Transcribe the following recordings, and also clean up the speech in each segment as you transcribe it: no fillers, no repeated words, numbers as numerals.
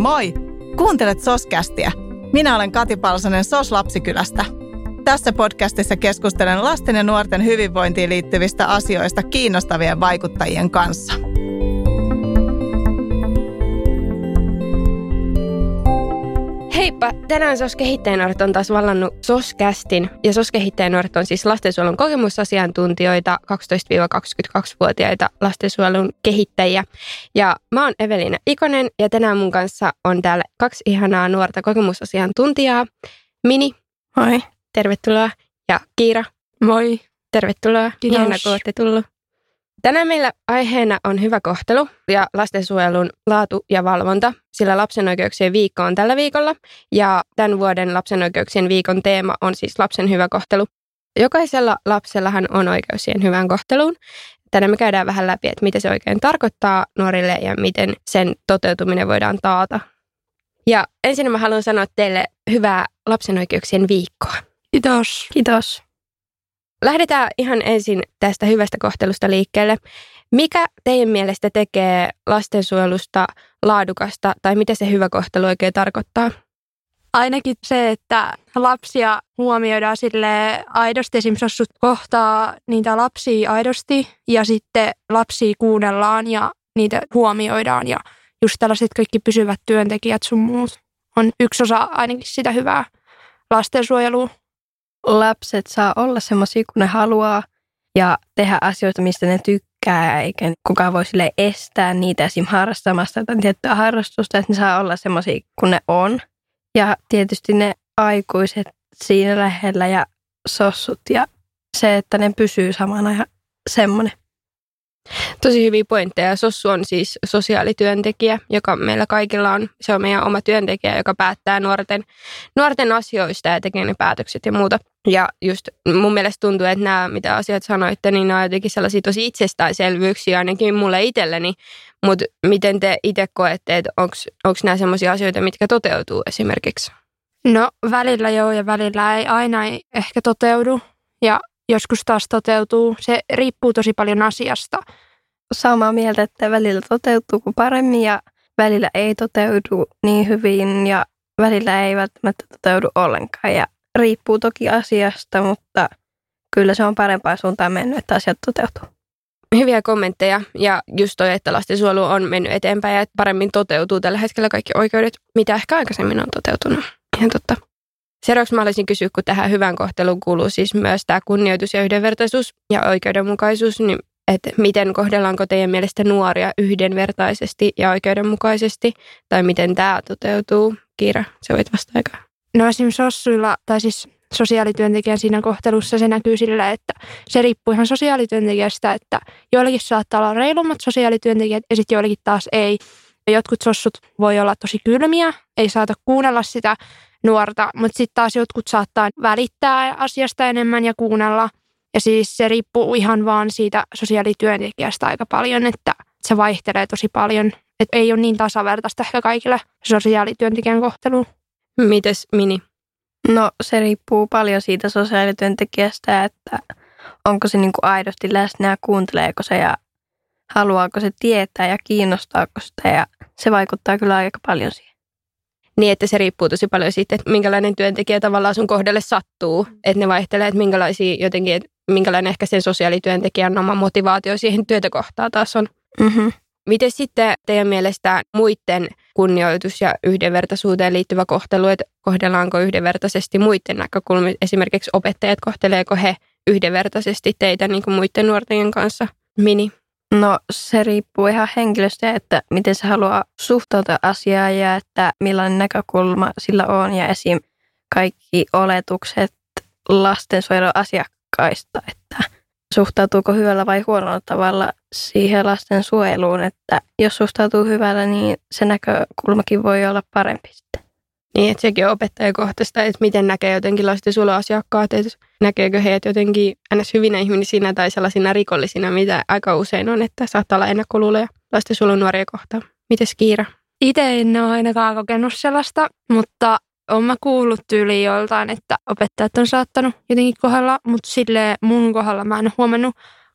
moi! Kuuntelet SOS-kästiä. Minä olen Kati Palsanen SOS Lapsikylästä. Tässä podcastissa keskustelen lasten ja nuorten hyvinvointiin liittyvistä asioista kiinnostavien vaikuttajien kanssa. Heippa! Tänään SOS-kehittäjänuoret on taas vallannut SOS-kästin. Ja SOS-kehittäjänuoret on siis lastensuojelun kokemusasiantuntijoita, 12-22-vuotiaita lastensuojelun kehittäjiä. Ja mä oon Eveliina Ikonen ja tänään mun kanssa on täällä 2 ihanaa nuorta kokemusasiantuntijaa. Mini. Moi. Tervetuloa. Ja Kiira. Moi. Tervetuloa. Kiitos. Ihanaa, kun olette tullut. Tänään meillä aiheena on hyvä kohtelu ja lastensuojelun laatu ja valvonta, sillä lapsen oikeuksien viikko on tällä viikolla. Ja tämän vuoden lapsen oikeuksien viikon teema on siis lapsen hyvä kohtelu. Jokaisella lapsellahan on oikeus siihen hyvään kohteluun. Tänään me käydään vähän läpi, että mitä se oikein tarkoittaa nuorille ja miten sen toteutuminen voidaan taata. Ja ensin mä haluan sanoa teille hyvää lapsen oikeuksien viikkoa. Kiitos. Kiitos. Lähdetään ihan ensin tästä hyvästä kohtelusta liikkeelle. Mikä teidän mielestä tekee lastensuojelusta laadukasta tai mitä se hyvä kohtelu oikein tarkoittaa? Ainakin se, että lapsia huomioidaan sille aidosti. Esimerkiksi jos kohtaa niitä lapsia aidosti ja sitten lapsia kuunnellaan ja niitä huomioidaan. Ja just tällaiset kaikki pysyvät työntekijät sun muut on yksi osa ainakin sitä hyvää lastensuojelua. Lapset saa olla semmoisia kuin ne haluaa ja tehdä asioita, mistä ne tykkää, eikä kukaan voi sille estää niitä esim. Harrastamasta jotain tiettyä harrastusta, että ne saa olla semmoisia kuin ne on. Ja tietysti ne aikuiset siinä lähellä ja sossut ja se, että ne pysyy samana ja semmoinen. Tosi hyviä pointteja. Sossu on siis sosiaalityöntekijä, joka meillä kaikilla on. Se on meidän oma työntekijä, joka päättää nuorten asioista ja tekee ne päätökset ja muuta. Ja just mun mielestä tuntuu, että nämä, mitä asiat sanoitte, niin nämä on jotenkin sellaisia tosi itsestäänselvyyksiä ainakin mulle itselleni. Mutta miten te itse koette, että onko nämä sellaisia asioita, mitkä toteutuu esimerkiksi? No välillä joo ja välillä ei aina ehkä toteudu ja joskus taas toteutuu. Se riippuu tosi paljon asiasta. Samaa mieltä, että välillä toteutuu kuin paremmin ja välillä ei toteudu niin hyvin ja välillä ei välttämättä toteudu ollenkaan. Ja riippuu toki asiasta, mutta kyllä se on parempaan suuntaan mennyt, että asiat toteutuu. Hyviä kommentteja ja just toi, että lastensuojelu on mennyt eteenpäin ja paremmin toteutuu tällä hetkellä kaikki oikeudet, mitä ehkä aikaisemmin on toteutunut. Ihan totta. Seuraavaksi mä haluaisin kysyä, kun tähän hyvään kohteluun kuuluu siis myös tämä kunnioitus ja yhdenvertaisuus ja oikeudenmukaisuus, niin että miten kohdellaanko teidän mielestä nuoria yhdenvertaisesti ja oikeudenmukaisesti, tai miten tämä toteutuu? Kiira, sä voit vastata. No esimerkiksi sossuilla, tai siis sosiaalityöntekijän siinä kohtelussa se näkyy sillä, että se riippuu ihan sosiaalityöntekijästä, että joillakin saattaa olla reilummat sosiaalityöntekijät ja sitten joillakin taas ei. Ja jotkut sossut voi olla tosi kylmiä, ei saata kuunnella sitä nuorta, mutta sitten taas jotkut saattaa välittää asiasta enemmän ja kuunnella. Ja siis se riippuu ihan vaan siitä sosiaalityöntekijästä aika paljon, että se vaihtelee tosi paljon. Että ei ole niin tasavertaista ehkä kaikille sosiaalityöntekijän kohteluun. Mites Mini? No se riippuu paljon siitä sosiaalityöntekijästä, että onko se niinku aidosti läsnä ja kuunteleeko se ja haluaako se tietää ja kiinnostaako sitä ja se vaikuttaa kyllä aika paljon siihen. Niin, että se riippuu tosi paljon siitä, että minkälainen työntekijä tavallaan sun kohdalle sattuu. Että ne vaihtelee, että minkälaisia jotenkin, että minkälainen ehkä sen sosiaalityöntekijän oma motivaatio siihen työtä kohtaa taas on. Mm-hmm. Miten sitten teidän mielestä muiden kunnioitus ja yhdenvertaisuuteen liittyvä kohtelu, että kohdellaanko yhdenvertaisesti muiden näkökulmista? Esimerkiksi opettajat, kohteleeko he yhdenvertaisesti teitä niin kuin muiden nuorten kanssa? Mini? No se riippuu ihan henkilöstä, että miten se haluaa suhtautua asiaan ja että millainen näkökulma sillä on. Ja esim. Kaikki oletukset lastensuojelun asiakkaista, että suhtautuuko hyvällä vai huonolla tavalla siihen lastensuojeluun. Että jos suhtautuu hyvällä, niin se näkökulmakin voi olla parempi sitten. Niin, että sekin on opettajakohtaista, että miten näkee jotenkin lastensuojeluasiakkaat, että näkeekö heidät jotenkin ns. Hyvinä ihmisinä tai sellaisina rikollisina, mitä aika usein on, että saattaa olla ennakkoluuloja lastensuojelun nuoria kohtaan. Mites Kiira? Itse en ole ainakaan kokenut sellaista, mutta olen mä kuullut tyyliin joltain, että opettajat on saattanut jotenkin kohdalla, mutta silleen mun kohdalla mä en ole huomannut,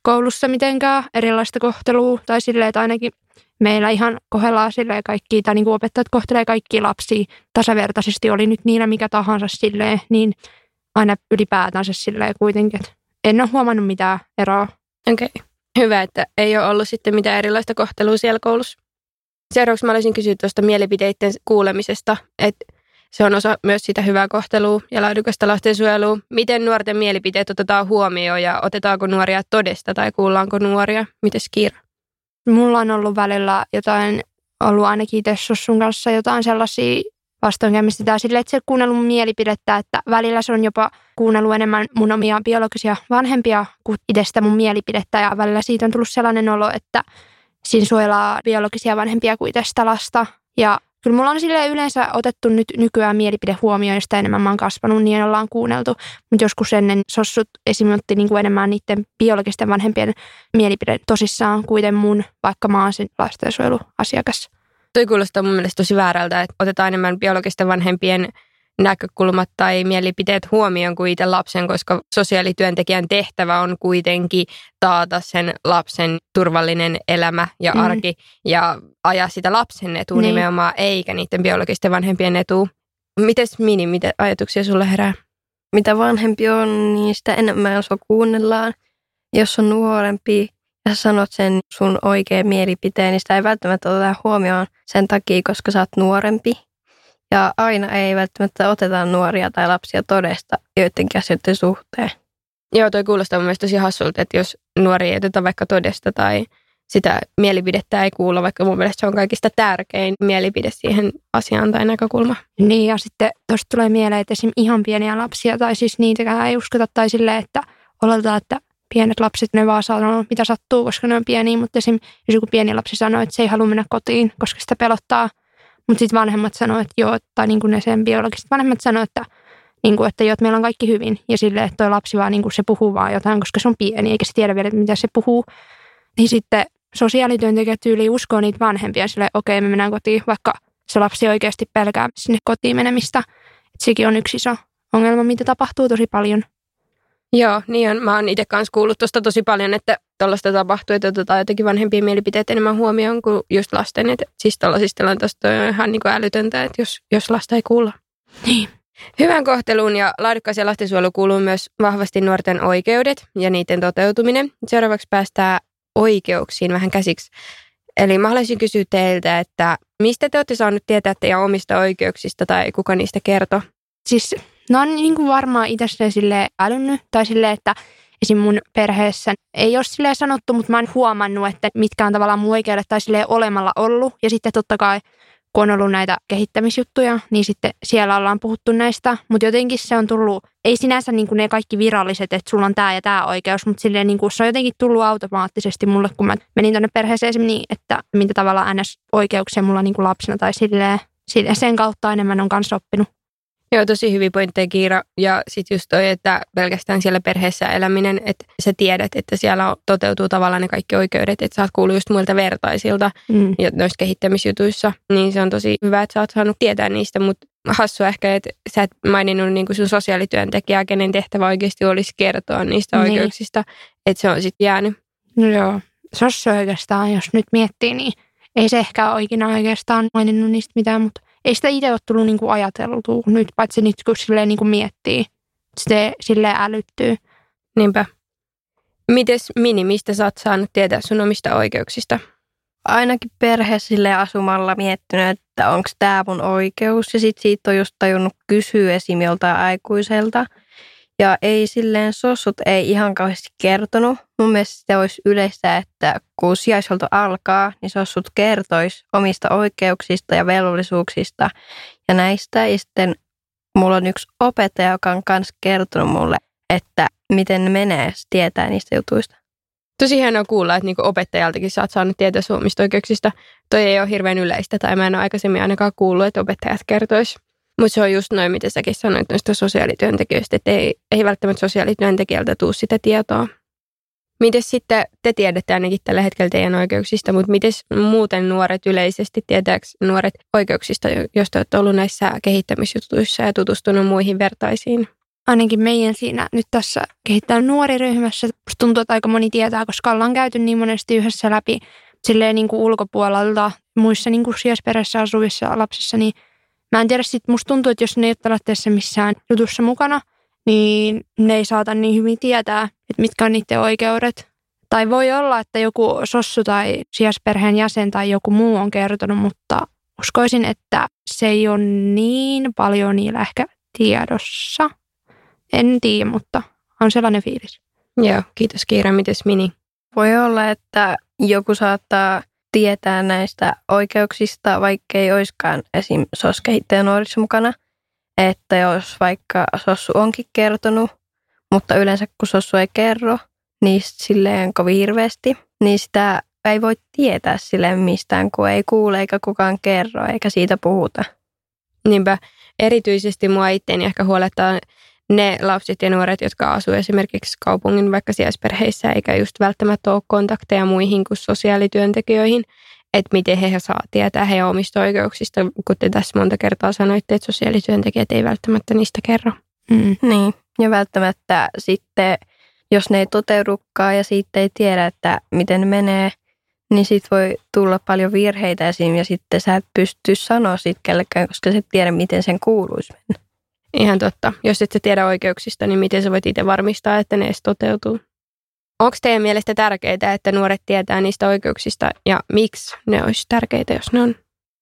koulussa mitenkään erilaista kohtelua tai silleen, että ainakin meillä ihan kohdellaan silleen kaikki, tai niin kuin opettajat kohtelee kaikkia lapsia tasavertaisesti, oli nyt niillä mikä tahansa silleen, niin aina ylipäätänsä silleen kuitenkin, että en ole huomannut mitään eroa. Okei. Hyvä, että ei ole ollut sitten mitään erilaista kohtelua siellä koulussa. Seuraavaksi mä olisin kysyä tuosta mielipiteiden kuulemisesta, että se on osa myös sitä hyvää kohtelua ja laadukasta lastensuojelua. Miten nuorten mielipiteet otetaan huomioon ja otetaanko nuoria todesta tai kuullaanko nuoria? Mites Kiira? Mulla on ollut välillä ollut ainakin itse sun kanssa jotain sellaisia vastoinkäymistä tai silleen, että se kuunnellut mun mielipidettä, että välillä se on jopa kuunnellut enemmän mun omia biologisia vanhempia kuin itse sitä mun mielipidettä ja välillä siitä on tullut sellainen olo, että siinä suojellaan biologisia vanhempia kuin itse sitä lasta ja kyllä mulla on silleen yleensä otettu nyt nykyään mielipide huomioon, ja sitä enemmän mä oon kasvanut, niin ollaan kuunneltu. Mutta joskus ennen sossut esimerkiksi otti niinku enemmän niiden biologisten vanhempien mielipide tosissaan kuin mun, vaikka mä oon sen lastensuojeluasiakas. Toi kuulostaa mun mielestä tosi väärältä, että otetaan enemmän biologisten vanhempien näkökulmat tai mielipiteet huomioon kuin itse lapsen, koska sosiaalityöntekijän tehtävä on kuitenkin taata sen lapsen turvallinen elämä ja arki ja ajaa sitä lapsen etua nimenomaan, eikä niiden biologisten vanhempien etua. Mites Mini, mitä ajatuksia sulle herää? Mitä vanhempi on, niin sitä enemmän sua kuunnellaan. Jos on nuorempi ja sä sanot sen sun oikean mielipiteen, niin sitä ei välttämättä oteta huomioon sen takia, koska sä oot nuorempi. Ja aina ei välttämättä oteta nuoria tai lapsia todesta joidenkin asioiden suhteen. Joo, toi kuulostaa mun mielestä tosi hassulta, että jos nuoria ei oteta vaikka todesta tai sitä mielipidettä ei kuulla, vaikka mun mielestä se on kaikista tärkein mielipide siihen asiaan tai näkökulma. Niin ja sitten tuosta tulee mieleen, että esimerkiksi ihan pieniä lapsia tai siis niitäkään ei uskota tai silleen, että oletetaan, että pienet lapset ne vaan sanoo mitä sattuu, koska ne on pieniä, mutta esimerkiksi jos joku pieni lapsi sanoo, että se ei halua mennä kotiin, koska sitä pelottaa. Mutta sitten vanhemmat sanoo, että joo, tai niin kuin ne sen biologiset vanhemmat sanoo, että, niin kuin, että joo, että meillä on kaikki hyvin. Ja silleen, että toi lapsi vaan niin kuin se puhuu vaan jotain, koska se on pieni, eikä se tiedä vielä, mitä se puhuu. Niin sitten sosiaalityöntekijät tyyliin uskoo niitä vanhempia silleen, okei, me mennään kotiin, vaikka se lapsi oikeasti pelkää sinne kotiin menemistä. Että sekin on yksi iso ongelma, mitä tapahtuu tosi paljon. Joo, niin on. Mä oon itse kanssa kuullut tuosta tosi paljon, että tuollaista tapahtuu, että otetaan jotenkin vanhempien mielipiteet enemmän huomioon kuin just lasten. Et siis tuollaisista tilanteista on ihan niin kuin älytöntä, että jos lasta ei kuulla. Niin. Hyvän kohteluun ja laadukkaaseen lastensuojeluun kuuluu myös vahvasti nuorten oikeudet ja niiden toteutuminen. Seuraavaksi päästään oikeuksiin vähän käsiksi. Eli mä haluaisin kysyä teiltä, että mistä te olette saaneet tietää teidän omista oikeuksista tai kuka niistä kertoo? Siis ne on niin kuin varmaan itse silleen älynnyt tai silleen, että esim. Mun perheessä ei ole silleen sanottu, mutta mä oon huomannut, että mitkä on tavallaan mun oikeudet tai silleen olemalla ollut. Ja sitten totta kai, kun on ollut näitä kehittämisjuttuja, niin sitten siellä ollaan puhuttu näistä. Mutta jotenkin se on tullut, ei sinänsä niin kuin ne kaikki viralliset, että sulla on tämä ja tämä oikeus, mutta silleen niin kuin se on jotenkin tullut automaattisesti mulle, kun mä menin tuonne perheeseen esimerkiksi niin, että mitä tavallaan NS-oikeuksia mulla niin kuin lapsena tai silleen sen kautta enemmän on kanssa oppinut. Joo, tosi hyviä pointteja Kiira. Ja sitten just toi, että pelkästään siellä perheessä eläminen, että sä tiedät, että siellä toteutuu tavallaan ne kaikki oikeudet, että sä oot kuullut just muilta vertaisilta ja noissa kehittämisjutuissa. Niin se on tosi hyvä, että sä oot saanut tietää niistä, mutta hassua ehkä, että sä et maininnut niin kuin sun sosiaalityöntekijää, kenen tehtävä oikeasti olisi kertoa niistä oikeuksista, että se on sitten jäänyt. No joo, se on oikeastaan, jos nyt miettii, niin ei se ehkä ole ikinä oikeastaan maininnut niistä mitään, mutta ei sitä itse ole tullut niinku ajateltua nyt, paitsi nyt kun silleen niinku miettii. Se silleen älyttyy. Niinpä. Mites Mini, mistä sä oot saanut tietää sun omista oikeuksista? Ainakin perheessä silleen asumalla miettinyt, että onko tämä mun oikeus. Ja sitten siitä on just tajunnut kysyä esim. Joltain aikuiselta. Ja ei silleen sossut ei ihan kauheasti kertonut. Mun mielestä se olisi yleistä, että kun sijaishuolto alkaa, niin sossut kertoisi omista oikeuksista ja velvollisuuksista ja näistä. Ja sitten mulla on yksi opettaja, joka on myös kertonut mulle, että miten ne menee, jos tietää niistä jutuista. Tosi hienoa kuulla, että niinku opettajaltakin sä oot saanut tietää sun omista oikeuksista. Toi ei ole hirveän yleistä, tai mä en ole aikaisemmin ainakaan kuullut, että opettajat kertois. Mutta se on just noin, mitä säkin sanoit noista sosiaalityöntekijöistä, että ei välttämättä sosiaalityöntekijältä tule sitä tietoa. Mites sitten, te tiedätte ainakin tällä hetkellä teidän oikeuksista, mutta mites muuten nuoret yleisesti, tietääkö nuoret oikeuksista, jos te olette ollut näissä kehittämisjutuissa ja tutustunut muihin vertaisiin? ainakin meidän siinä nyt tässä kehittää nuoriryhmässä. Musta tuntuu, että aika moni tietää, koska ollaan käyty niin monesti yhdessä läpi silleen niin kuin ulkopuolelta muissa niin kuin sijaisperheessä asuvissa lapsissa, niin mä en tiedä, musta tuntuu, että jos ne ei ole tarvitseessa missään jutussa mukana, niin ne ei saata niin hyvin tietää, että mitkä on niiden oikeudet. Tai voi olla, että joku sossu tai sijaisperheen jäsen tai joku muu on kertonut, mutta uskoisin, että se ei ole niin paljon niillä ehkä tiedossa. En tiedä, mutta on sellainen fiilis. Joo, kiitos Kiira. Mites Mini? Voi olla, että joku saattaa tietää näistä oikeuksista, vaikka ei olisikaan esim. SOS-kehittäjä nuorissa mukana. Että jos vaikka sossu onkin kertonut, mutta yleensä kun sossu ei kerro niistä silleen kovin hirveästi, niin sitä ei voi tietää silleen mistään, kun ei kuule eikä kukaan kerro eikä siitä puhuta. Niinpä erityisesti mua itseäni ehkä huolettaa ne lapset ja nuoret, jotka asuu esimerkiksi kaupungin vaikka sijaisperheissä, eikä just välttämättä ole kontakteja muihin kuin sosiaalityöntekijöihin, että miten he saa tietää heidän omista oikeuksista, kun te tässä monta kertaa sanoitte, että sosiaalityöntekijät ei välttämättä niistä kerro. Niin, ja välttämättä sitten, jos ne ei toteudukaan ja siitä ei tiedä, että miten menee, niin sit voi tulla paljon virheitä esiin ja sitten sä et pysty sanoa siitä kellekään, koska sä et tiedä, miten sen kuuluisi mennä. Ihan totta. Jos et sä tiedä oikeuksista, niin miten sä voit itse varmistaa, että ne edes toteutuu? Onko teidän mielestä tärkeää, että nuoret tietää niistä oikeuksista ja miksi ne olisi tärkeitä, jos ne on?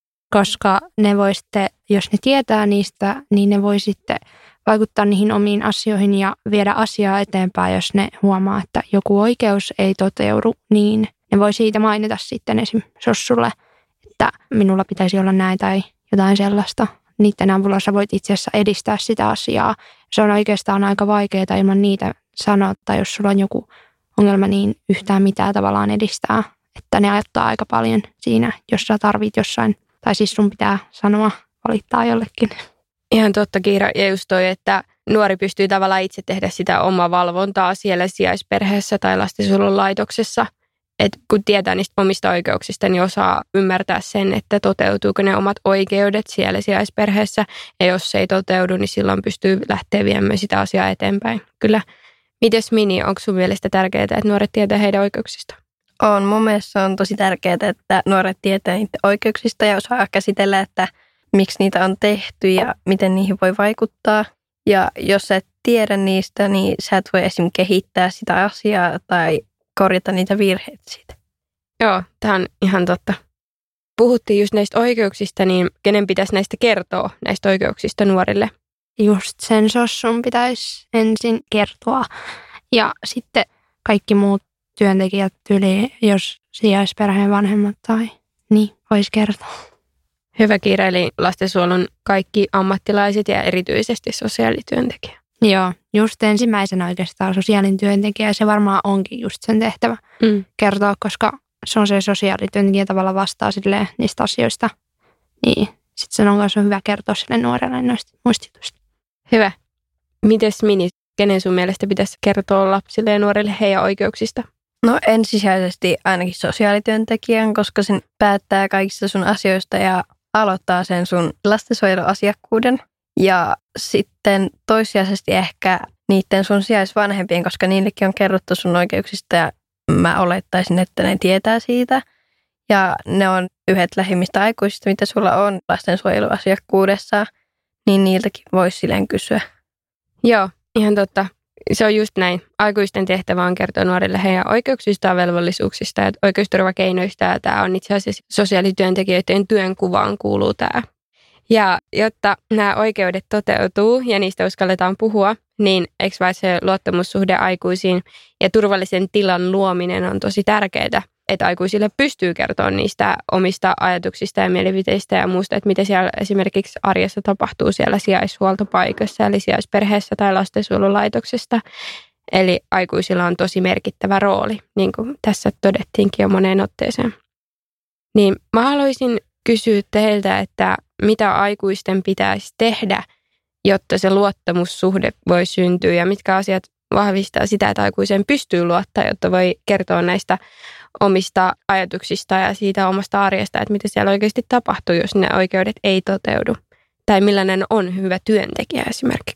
Koska ne voi sitten, jos ne tietää niistä, niin ne voi sitten vaikuttaa niihin omiin asioihin ja viedä asiaa eteenpäin, jos ne huomaa, että joku oikeus ei toteudu, niin ne voi siitä mainita sitten esim. Sossulle, että minulla pitäisi olla näin tai jotain sellaista. Niiden avulla sä voit itse asiassa edistää sitä asiaa. Se on oikeastaan aika vaikeaa ilman niitä sanoa, tai jos sulla on joku ongelma, niin yhtään mitään tavallaan edistää. Että ne auttaa aika paljon siinä, jos sä tarvit jossain, tai siis sun pitää sanoa, valittaa jollekin. Ihan totta, Kiira. Ja just toi, että nuori pystyy tavallaan itse tehdä sitä omaa valvontaa siellä sijaisperheessä tai lastensuojelun laitoksessa. Et kun tietää niistä omista oikeuksista, niin osaa ymmärtää sen, että toteutuuko ne omat oikeudet siellä sijaisperheessä. Ja jos se ei toteudu, niin silloin pystyy lähteä viemään sitä asiaa eteenpäin. Kyllä. Mites Mini, onko sun mielestä tärkeää, että nuoret tietää heidän oikeuksista? On. Mun mielestä on tosi tärkeää, että nuoret tietää niiden oikeuksista ja osaa käsitellä, että miksi niitä on tehty ja miten niihin voi vaikuttaa. Ja jos sä et tiedä niistä, niin sä et voi esim. Kehittää sitä asiaa tai korjata niitä virheitä siitä. Joo, tämä on ihan totta. Puhuttiin just näistä oikeuksista, niin kenen pitäisi näistä kertoa, näistä oikeuksista nuorille? Just sen sossun pitäisi ensin kertoa. Ja sitten kaikki muut työntekijät yli, jos sijaisperheen vanhemmat tai niin, voisi kertoa. Hyvä, Kiira, eli lastensuojelun kaikki ammattilaiset ja erityisesti sosiaalityöntekijä. Joo, just ensimmäisenä oikeastaan sosiaalityöntekijä, se varmaan onkin just sen tehtävä kertoa, koska se on se sosiaalityöntekijä tavallaan vastaa silleen niistä asioista. Niin, sitten sen on myös hyvä kertoa sille nuorelle noista muistutusta. Hyvä. Mites Mini, kenen sun mielestä pitäisi kertoa lapsille ja nuorille heidän oikeuksista? No ensisijaisesti ainakin sosiaalityöntekijän, koska sen päättää kaikista sun asioista ja aloittaa sen sun lastensuojeluasiakkuuden. Ja sitten toissijaisesti ehkä niiden sun sijaisvanhempien, koska niillekin on kerrottu sun oikeuksista ja mä olettaisin, että ne tietää siitä. Ja ne on yhdet lähimmistä aikuisista, mitä sulla on lastensuojeluasiakkuudessa, niin niiltäkin voisi silleen kysyä. Joo, ihan totta. Se on just näin. Aikuisten tehtävä on kertoa nuorille heidän oikeuksistaan, velvollisuuksista ja oikeusturvakeinoista. Ja tämä on itse asiassa sosiaalityöntekijöiden työnkuvaan kuuluu tämä. Ja jotta nämä oikeudet toteutuu ja niistä uskalletaan puhua, niin eikö vai se luottamussuhde aikuisiin ja turvallisen tilan luominen on tosi tärkeää, että aikuisille pystyy kertoa niistä omista ajatuksista ja mielipiteistä ja muusta, että mitä siellä esimerkiksi arjessa tapahtuu siellä sijaishuoltopaikassa, eli sijaisperheessä tai lastensuojelulaitoksesta. Eli aikuisilla on tosi merkittävä rooli, niin kuin tässä todettiinkin jo moneen otteeseen. Niin mä haluaisin kysyä teiltä, että mitä aikuisten pitäisi tehdä, jotta se luottamussuhde voi syntyä ja mitkä asiat vahvistaa sitä, että aikuiseen pystyy luottaa, jotta voi kertoa näistä omista ajatuksista ja siitä omasta arjesta, että mitä siellä oikeasti tapahtuu, jos ne oikeudet ei toteudu. Tai millainen on hyvä työntekijä esimerkiksi.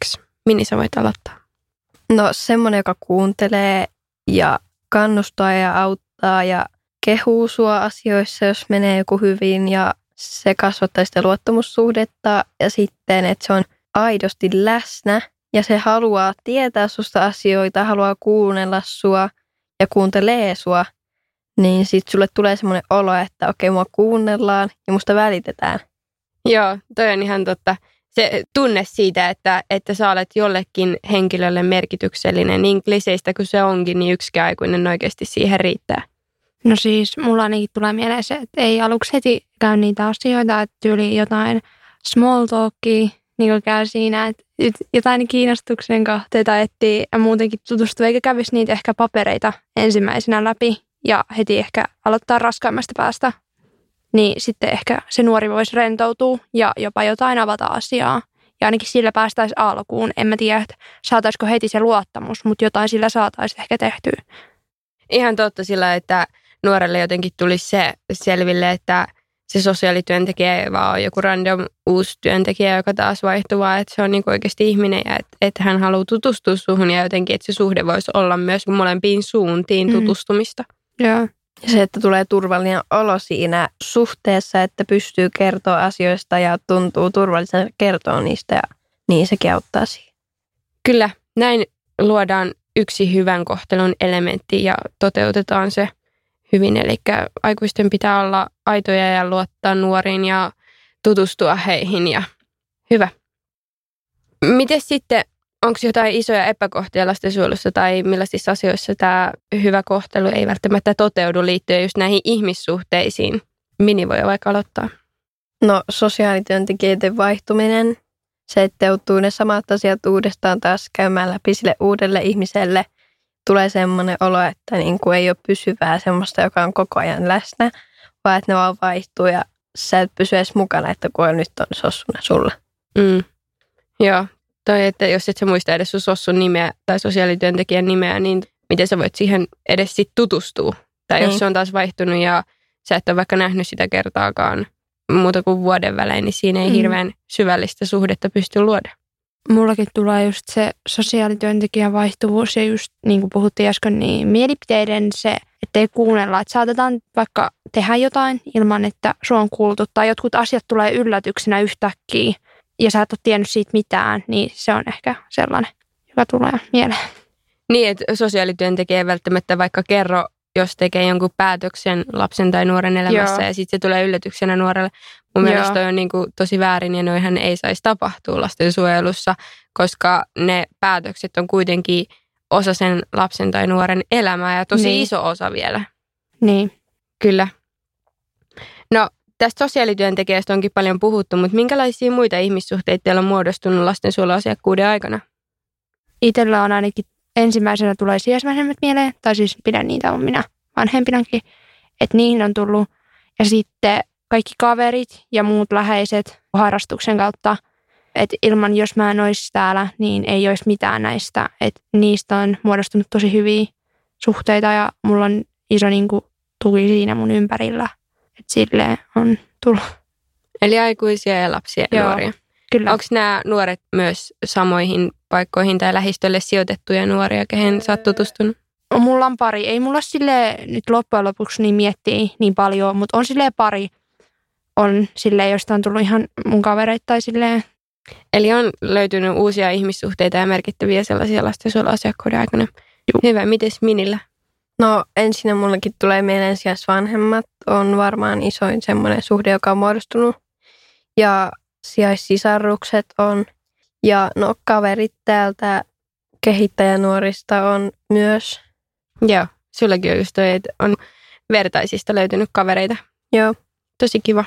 Minni, sä voit aloittaa. No semmoinen, joka kuuntelee ja kannustaa ja auttaa ja kehuu sua asioissa, jos menee joku hyvin ja se kasvattaa sitä luottamussuhdetta ja sitten, että se on aidosti läsnä ja se haluaa tietää susta asioita, haluaa kuunnella sua ja kuuntelee sua, niin sitten sulle tulee semmoinen olo, että okei, mua kuunnellaan ja musta välitetään. Joo, toi on ihan totta. Se tunne siitä, että sä olet jollekin henkilölle merkityksellinen, niin kliseistä kuin se onkin, niin yksi aikuinen oikeasti siihen riittää. No siis mulla ainakin tulee mieleen se, että ei aluksi heti käy niitä asioita, että tyyli jotain small talkia, niin kuin käy siinä, että jotain kiinnostuksen kohteita etsii ja muutenkin tutustuu, eikä kävisi niitä ehkä papereita ensimmäisenä läpi ja heti ehkä aloittaa raskaimmasta päästä. Niin sitten ehkä se nuori voisi rentoutua ja jopa jotain avata asiaa. Ja ainakin sillä päästäisiin alkuun. En mä tiedä, että saataisiko heti se luottamus, mutta jotain sillä saataisiin ehkä tehtyä. Ihan totta sillä, että nuorelle jotenkin tulisi se selville, että se sosiaalityöntekijä ei vaan ole joku random uusi työntekijä, joka taas vaihtuu, vaan että se on niin oikeasti ihminen ja että hän haluaa tutustua suhun ja jotenkin, että se suhde voisi olla myös molempiin suuntiin tutustumista. Joo. Ja se, että tulee turvallinen olo siinä suhteessa, että pystyy kertoa asioista ja tuntuu turvallisen kertoa niistä ja niin sekin auttaa siihen. Kyllä, näin luodaan yksi hyvän kohtelun elementti ja toteutetaan se hyvin. Eli aikuisten pitää olla aitoja ja luottaa nuoriin ja tutustua heihin ja hyvä. Miten sitten, onko jotain isoja epäkohtia lastensuojelussa tai millaisissa asioissa tämä hyvä kohtelu ei välttämättä toteudu liittyen just näihin ihmissuhteisiin? Minni voi vaikka aloittaa. No sosiaalityöntekijöiden vaihtuminen, se, että joutuu ne samat asiat uudestaan taas käymään läpi sille uudelle ihmiselle. Tulee semmoinen olo, että niin kuin ei ole pysyvää semmoista, joka on koko ajan läsnä, vaan että ne vaan vaihtuu ja sä et pysy edes mukana, että kun nyt on sossuna sulla. Joo, toi, että jos et sä muista edes sun sossun nimeä tai sosiaalityöntekijän nimeä, niin miten sä voit siihen edes sit tutustua? Tai jos se on taas vaihtunut ja sä et ole vaikka nähnyt sitä kertaakaan muuta kuin vuoden välein, niin siinä ei hirveän syvällistä suhdetta pysty luoda. Mullakin tulee just se sosiaalityöntekijän vaihtuvuus ja just niin kuin puhuttiin äsken, niin mielipiteiden se, ettei kuunnella, että saatetaan vaikka tehdä jotain ilman, että sua on kuultu tai jotkut asiat tulee yllätyksenä yhtäkkiä ja sä et ole tiennyt siitä mitään, niin se on ehkä sellainen, joka tulee mieleen. Niin, että sosiaalityöntekijä ei välttämättä vaikka kerro, jos tekee jonkun päätöksen lapsen tai nuoren elämässä ja sitten se tulee yllätyksenä nuorelle. Mun mielestä toi on niin kuin tosi väärin ja noihän ei saisi tapahtua lastensuojelussa, koska ne päätökset on kuitenkin osa sen lapsen tai nuoren elämää ja tosi iso osa vielä. Niin. Kyllä. No tästä sosiaalityöntekijästä onkin paljon puhuttu, mutta minkälaisia muita ihmissuhteita teillä on muodostunut lastensuojeluasiakkuuden aikana? Itsellä on ainakin ensimmäisenä tulee sijaisvanhemmat mieleen, tai siis pidän niitä on minä vanhempinakin, että niihin on tullut. Ja sitten kaikki kaverit ja muut läheiset harrastuksen kautta, että ilman jos mä en olisi täällä, niin ei olisi mitään näistä. Että niistä on muodostunut tosi hyviä suhteita ja mulla on iso niin kuin, tuki siinä mun ympärillä. Että silleen on tullut. Eli aikuisia ja lapsia ja nuoria. Kyllä. Onko nämä nuoret myös samoihin paikkoihin tai lähistölle sijoitettuja nuoria, kehen sä oot tutustunut? Mulla on pari. Ei mulla silleen nyt loppujen lopuksi niin miettii niin paljon, mutta on silleen pari. On silleen, josta on tullut ihan mun kavereita tai silleen. Eli on löytynyt uusia ihmissuhteita ja merkittäviä sellaisia lastensuojeluasiakkuuden aikana. Hyvä. Mites Minillä? No ensinnä mullakin tulee mieleen sijaisvanhemmat. On varmaan isoin semmoinen suhde, joka on muodostunut. Ja sijaissisarrukset on. Ja no kaverit täältä kehittäjänuorista on myös. Joo, sullakin on just toi, että on vertaisista löytynyt kavereita. Joo. Tosi kiva.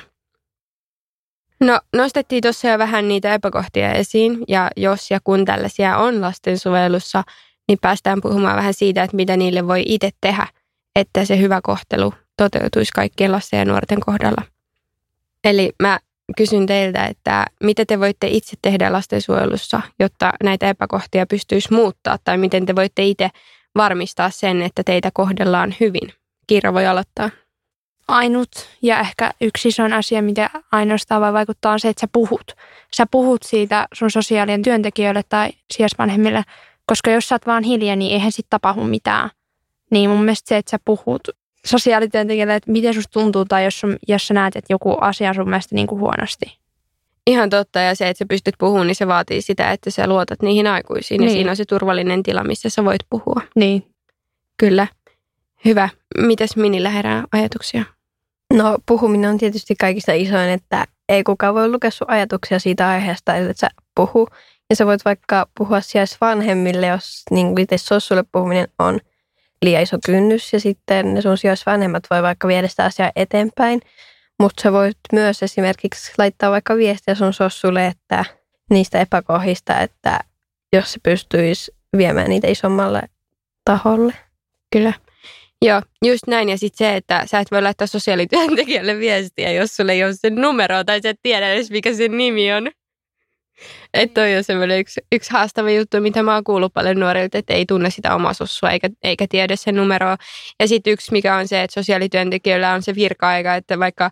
No, nostettiin tuossa jo vähän niitä epäkohtia esiin, ja jos ja kun tällaisia on lastensuojelussa, niin päästään puhumaan vähän siitä, että mitä niille voi itse tehdä, että se hyvä kohtelu toteutuisi kaikkien lasten ja nuorten kohdalla. Eli mä kysyn teiltä, että mitä te voitte itse tehdä lastensuojelussa, jotta näitä epäkohtia pystyisi muuttaa, tai miten te voitte itse varmistaa sen, että teitä kohdellaan hyvin. Kiira voi aloittaa. ainut ja ehkä yksi iso asia, mitä ainoastaan voi vaikuttaa, on se, että sä puhut. Sä puhut siitä sun sosiaalien työntekijöille tai sijaisvanhemmille, koska jos sä oot vaan hiljaa, niin eihän sit tapahdu mitään. Niin mun mielestä se, että sä puhut sosiaalityöntekijälle, että miten susta tuntuu tai jos sä näet, että joku asia on sun mielestä niin kuin huonosti. Ihan totta, ja se, että sä pystyt puhumaan, niin se vaatii sitä, että sä luotat niihin aikuisiin. Niin. Ja siinä on se turvallinen tila, missä sä voit puhua. Niin. Kyllä. Hyvä. Mitäs Minillä herää ajatuksia? No puhuminen on tietysti kaikista isoin, että ei kukaan voi lukea sun ajatuksia siitä aiheesta, että sä puhu. Ja sä voit vaikka puhua sijaisvanhemmille, jos niin itse sossulle puhuminen on liian iso kynnys. Ja sitten ne sun sijaisvanhemmat voi vaikka viedä sitä asiaa eteenpäin. Mutta sä voit myös esimerkiksi laittaa vaikka viestiä sun sossulle, että niistä epäkohdista, että jos se pystyisi viemään niitä isommalle taholle. Kyllä. Joo, just näin. Ja sitten se, että sä et voi laittaa sosiaalityöntekijälle viestiä, jos sulle ei ole sen numeroa tai sä et tiedä edes, mikä sen nimi on. Että toi on semmoinen yksi haastava juttu, mitä mä oon kuullut paljon nuorilta, että ei tunne sitä omaa sossua eikä tiedä sen numeroa. Ja sitten yksi, mikä on se, että sosiaalityöntekijöillä on se virka-aika, että vaikka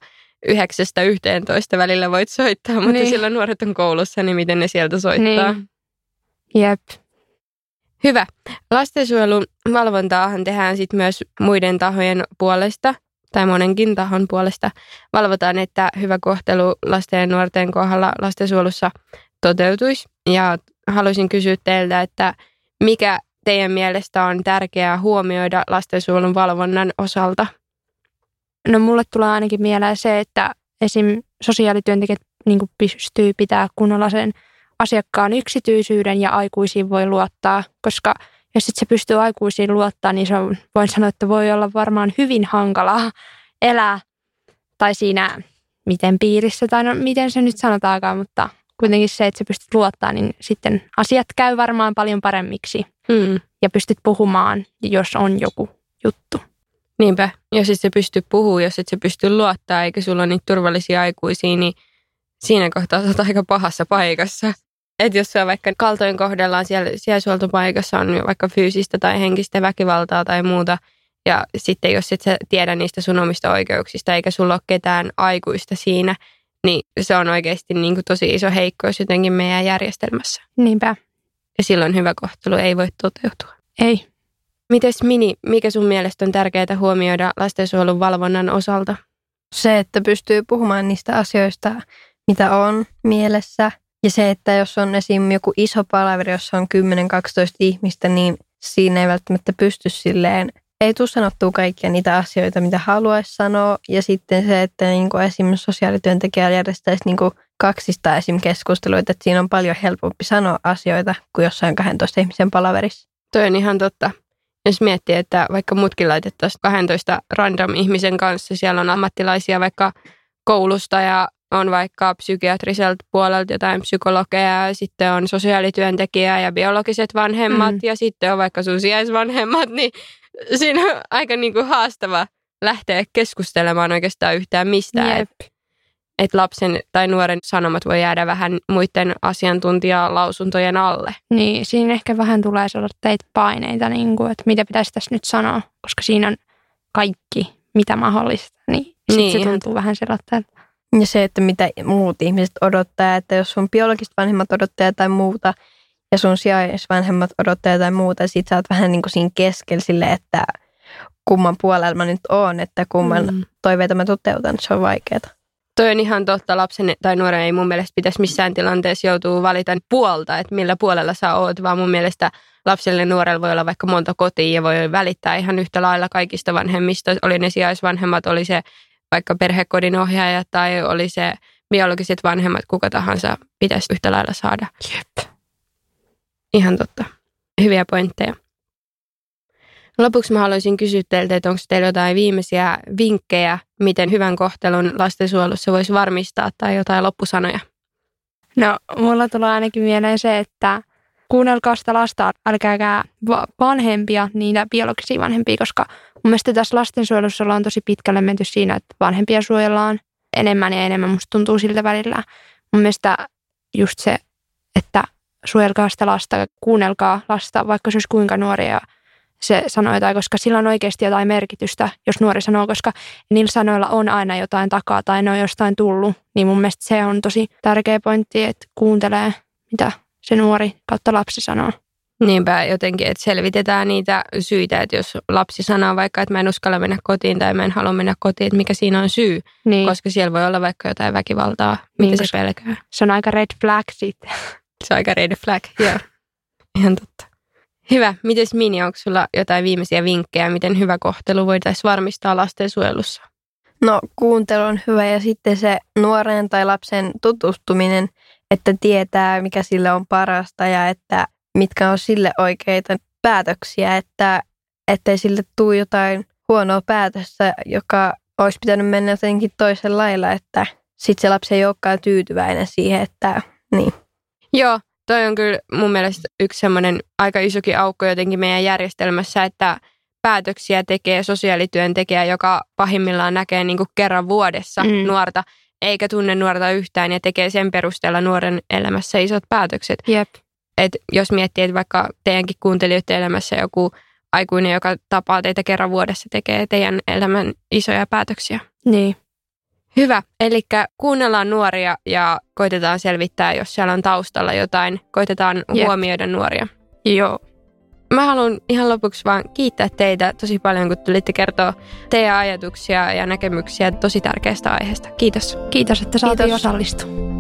9–11 välillä voit soittaa, mutta niin. Silloin nuoret on koulussa, niin miten ne sieltä soittaa. Niin. Jep. Hyvä. Lastensuojelun valvontaahan tehdään sitten myös muiden tahojen puolesta, tai monenkin tahon puolesta. Valvotaan, että hyvä kohtelu lasten ja nuorten kohdalla lastensuojelussa toteutuisi. Ja haluaisin kysyä teiltä, että mikä teidän mielestä on tärkeää huomioida lastensuojelun valvonnan osalta? No mulle tulee ainakin mieleen se, että esim. Sosiaalityöntekijät niin kuin pystyy pitää kunnolla sen asiakkaan yksityisyyden ja aikuisiin voi luottaa, koska jos et se pystyy aikuisiin luottaa, niin se on, voin sanoa, että voi olla varmaan hyvin hankalaa elää tai siinä miten piirissä tai no miten se nyt sanotaankaan, mutta kuitenkin se, että sä pystyt luottaa, niin sitten asiat käy varmaan paljon paremmiksi ja pystyt puhumaan, jos on joku juttu. Niinpä, jos et sä pysty puhumaan, jos et sä pysty luottaa eikä sulla ole niitä turvallisia aikuisia, niin siinä kohtaa sä oot aika pahassa paikassa. Että jos sä vaikka kaltoin kohdellaan siellä sijaishuoltopaikassa on vaikka fyysistä tai henkistä väkivaltaa tai muuta, ja sitten jos et sä tiedä niistä sun omista oikeuksista eikä sulla ole ketään aikuista siinä, niin se on oikeasti niin kuin tosi iso heikkous jotenkin meidän järjestelmässä. Niinpä. Ja silloin hyvä kohtelu ei voi toteutua. Ei. Mites Mini, mikä sun mielestä on tärkeää huomioida lastensuojelun valvonnan osalta? Se, että pystyy puhumaan niistä asioista, mitä on mielessä. Ja se, että jos on esim. Joku iso palaveri, jossa on 10–12 ihmistä, niin siinä ei välttämättä pysty silleen, ei tule sanottua kaikkia niitä asioita, mitä haluaisi sanoa. Ja sitten se, että niin esim. Sosiaalityöntekijä järjestäisi niin kaksista esim. Keskusteluita, että siinä on paljon helpompi sanoa asioita kuin jossain 12 ihmisen palaverissa. Toi on ihan totta. Jos miettii, että vaikka mutkin laitettaisiin 12 random ihmisen kanssa, siellä on ammattilaisia vaikka koulusta ja on vaikka psykiatriselta puolelta jotain psykologeja ja sitten on sosiaalityöntekijä ja biologiset vanhemmat ja sitten on vaikka sun sijaisvanhemmat, niin siinä on aika niin kuin haastava lähteä keskustelemaan oikeastaan yhtään mistään. Että lapsen tai nuoren sanomat voi jäädä vähän muiden asiantuntijalausuntojen alle. Niin, siinä ehkä vähän tulee teitä paineita, niin kuin, että mitä pitäisi tässä nyt sanoa, koska siinä on kaikki, mitä mahdollista. Niin sitten se tuntuu vähän sellaiselta. Ja se, että mitä muut ihmiset odottaa, että jos sun biologiset vanhemmat odottaa jotain muuta ja sun sijaisvanhemmat odottaa jotain muuta, ja sit sä oot vähän niin kuin siinä keskellä sille, että kumman puolella mä nyt oon, että kumman toiveita mä toteutan, se on vaikeaa. Toi on ihan totta. Lapsen tai nuoren ei mun mielestä pitäisi missään tilanteessa joutua valita puolta, että millä puolella sä oot, vaan mun mielestä lapselle ja nuorella voi olla vaikka monta kotia ja voi välittää ihan yhtä lailla kaikista vanhemmista. Oli ne sijaisvanhemmat, oli se vaikka perhekodin ohjaaja tai oli se biologiset vanhemmat, kuka tahansa pitäisi yhtä lailla saada. Jep. Ihan totta. Hyviä pointteja. Lopuksi mä haluaisin kysyä teiltä, että onko teillä jotain viimeisiä vinkkejä, miten hyvän kohtelun lastensuojelussa voisi varmistaa tai jotain loppusanoja? No, mulla tulee ainakin mieleen se, että kuunnelkaa sitä lasta, älkääkää vanhempia, niitä biologisia vanhempia, koska mun mielestä tässä lastensuojelussa ollaan tosi pitkälle menty siinä, että vanhempia suojellaan enemmän ja enemmän, musta tuntuu siltä välillä. Mun mielestä just se, että suojelkaa sitä lasta, kuunnelkaa lasta, vaikka se olisi kuinka nuoria ja se sanoo jotain, koska sillä on oikeasti jotain merkitystä, jos nuori sanoo, koska niillä sanoilla on aina jotain takaa tai ne on jostain tullut. Niin mun mielestä se on tosi tärkeä pointti, että kuuntelee, mitä se nuori kautta lapsi sanoo. Niinpä jotenkin, että selvitetään niitä syitä, että jos lapsi sanoo vaikka, että mä en uskalla mennä kotiin tai mä en halua mennä kotiin, että mikä siinä on syy. Niin. Koska siellä voi olla vaikka jotain väkivaltaa, mitä niin, se pelkää. Se on aika red flag sitten. Se on aika red flag, joo. Ihan totta. Hyvä. Mites Mini, onko sulla jotain viimeisiä vinkkejä, miten hyvä kohtelu voitaisiin varmistaa lastensuojelussa? No kuuntelu on hyvä ja sitten se nuoren tai lapsen tutustuminen, että tietää mikä sille on parasta ja että mitkä on sille oikeita päätöksiä, että ettei sille tule jotain huonoa päätöstä, joka olisi pitänyt mennä jotenkin toisella lailla, että sitten se lapsi ei olekaan tyytyväinen siihen, että niin. Joo, toi on kyllä mun mielestä yksi semmoinen aika isokin aukko jotenkin meidän järjestelmässä, että päätöksiä tekee sosiaalityöntekijä, joka pahimmillaan näkee niin kuin kerran vuodessa nuorta, eikä tunne nuorta yhtään ja tekee sen perusteella nuoren elämässä isot päätökset. Jep. Et jos miettii, että vaikka teidänkin kuuntelijoiden elämässä joku aikuinen, joka tapaa teitä kerran vuodessa, tekee teidän elämän isoja päätöksiä. Niin. Hyvä. Eli kuunnellaan nuoria ja koitetaan selvittää, jos siellä on taustalla jotain. Koitetaan huomioida nuoria. Joo. Mä haluan ihan lopuksi vaan kiittää teitä tosi paljon, kun tulitte kertoa teidän ajatuksia ja näkemyksiä tosi tärkeästä aiheesta. Kiitos. Kiitos, että saatiin osallistua.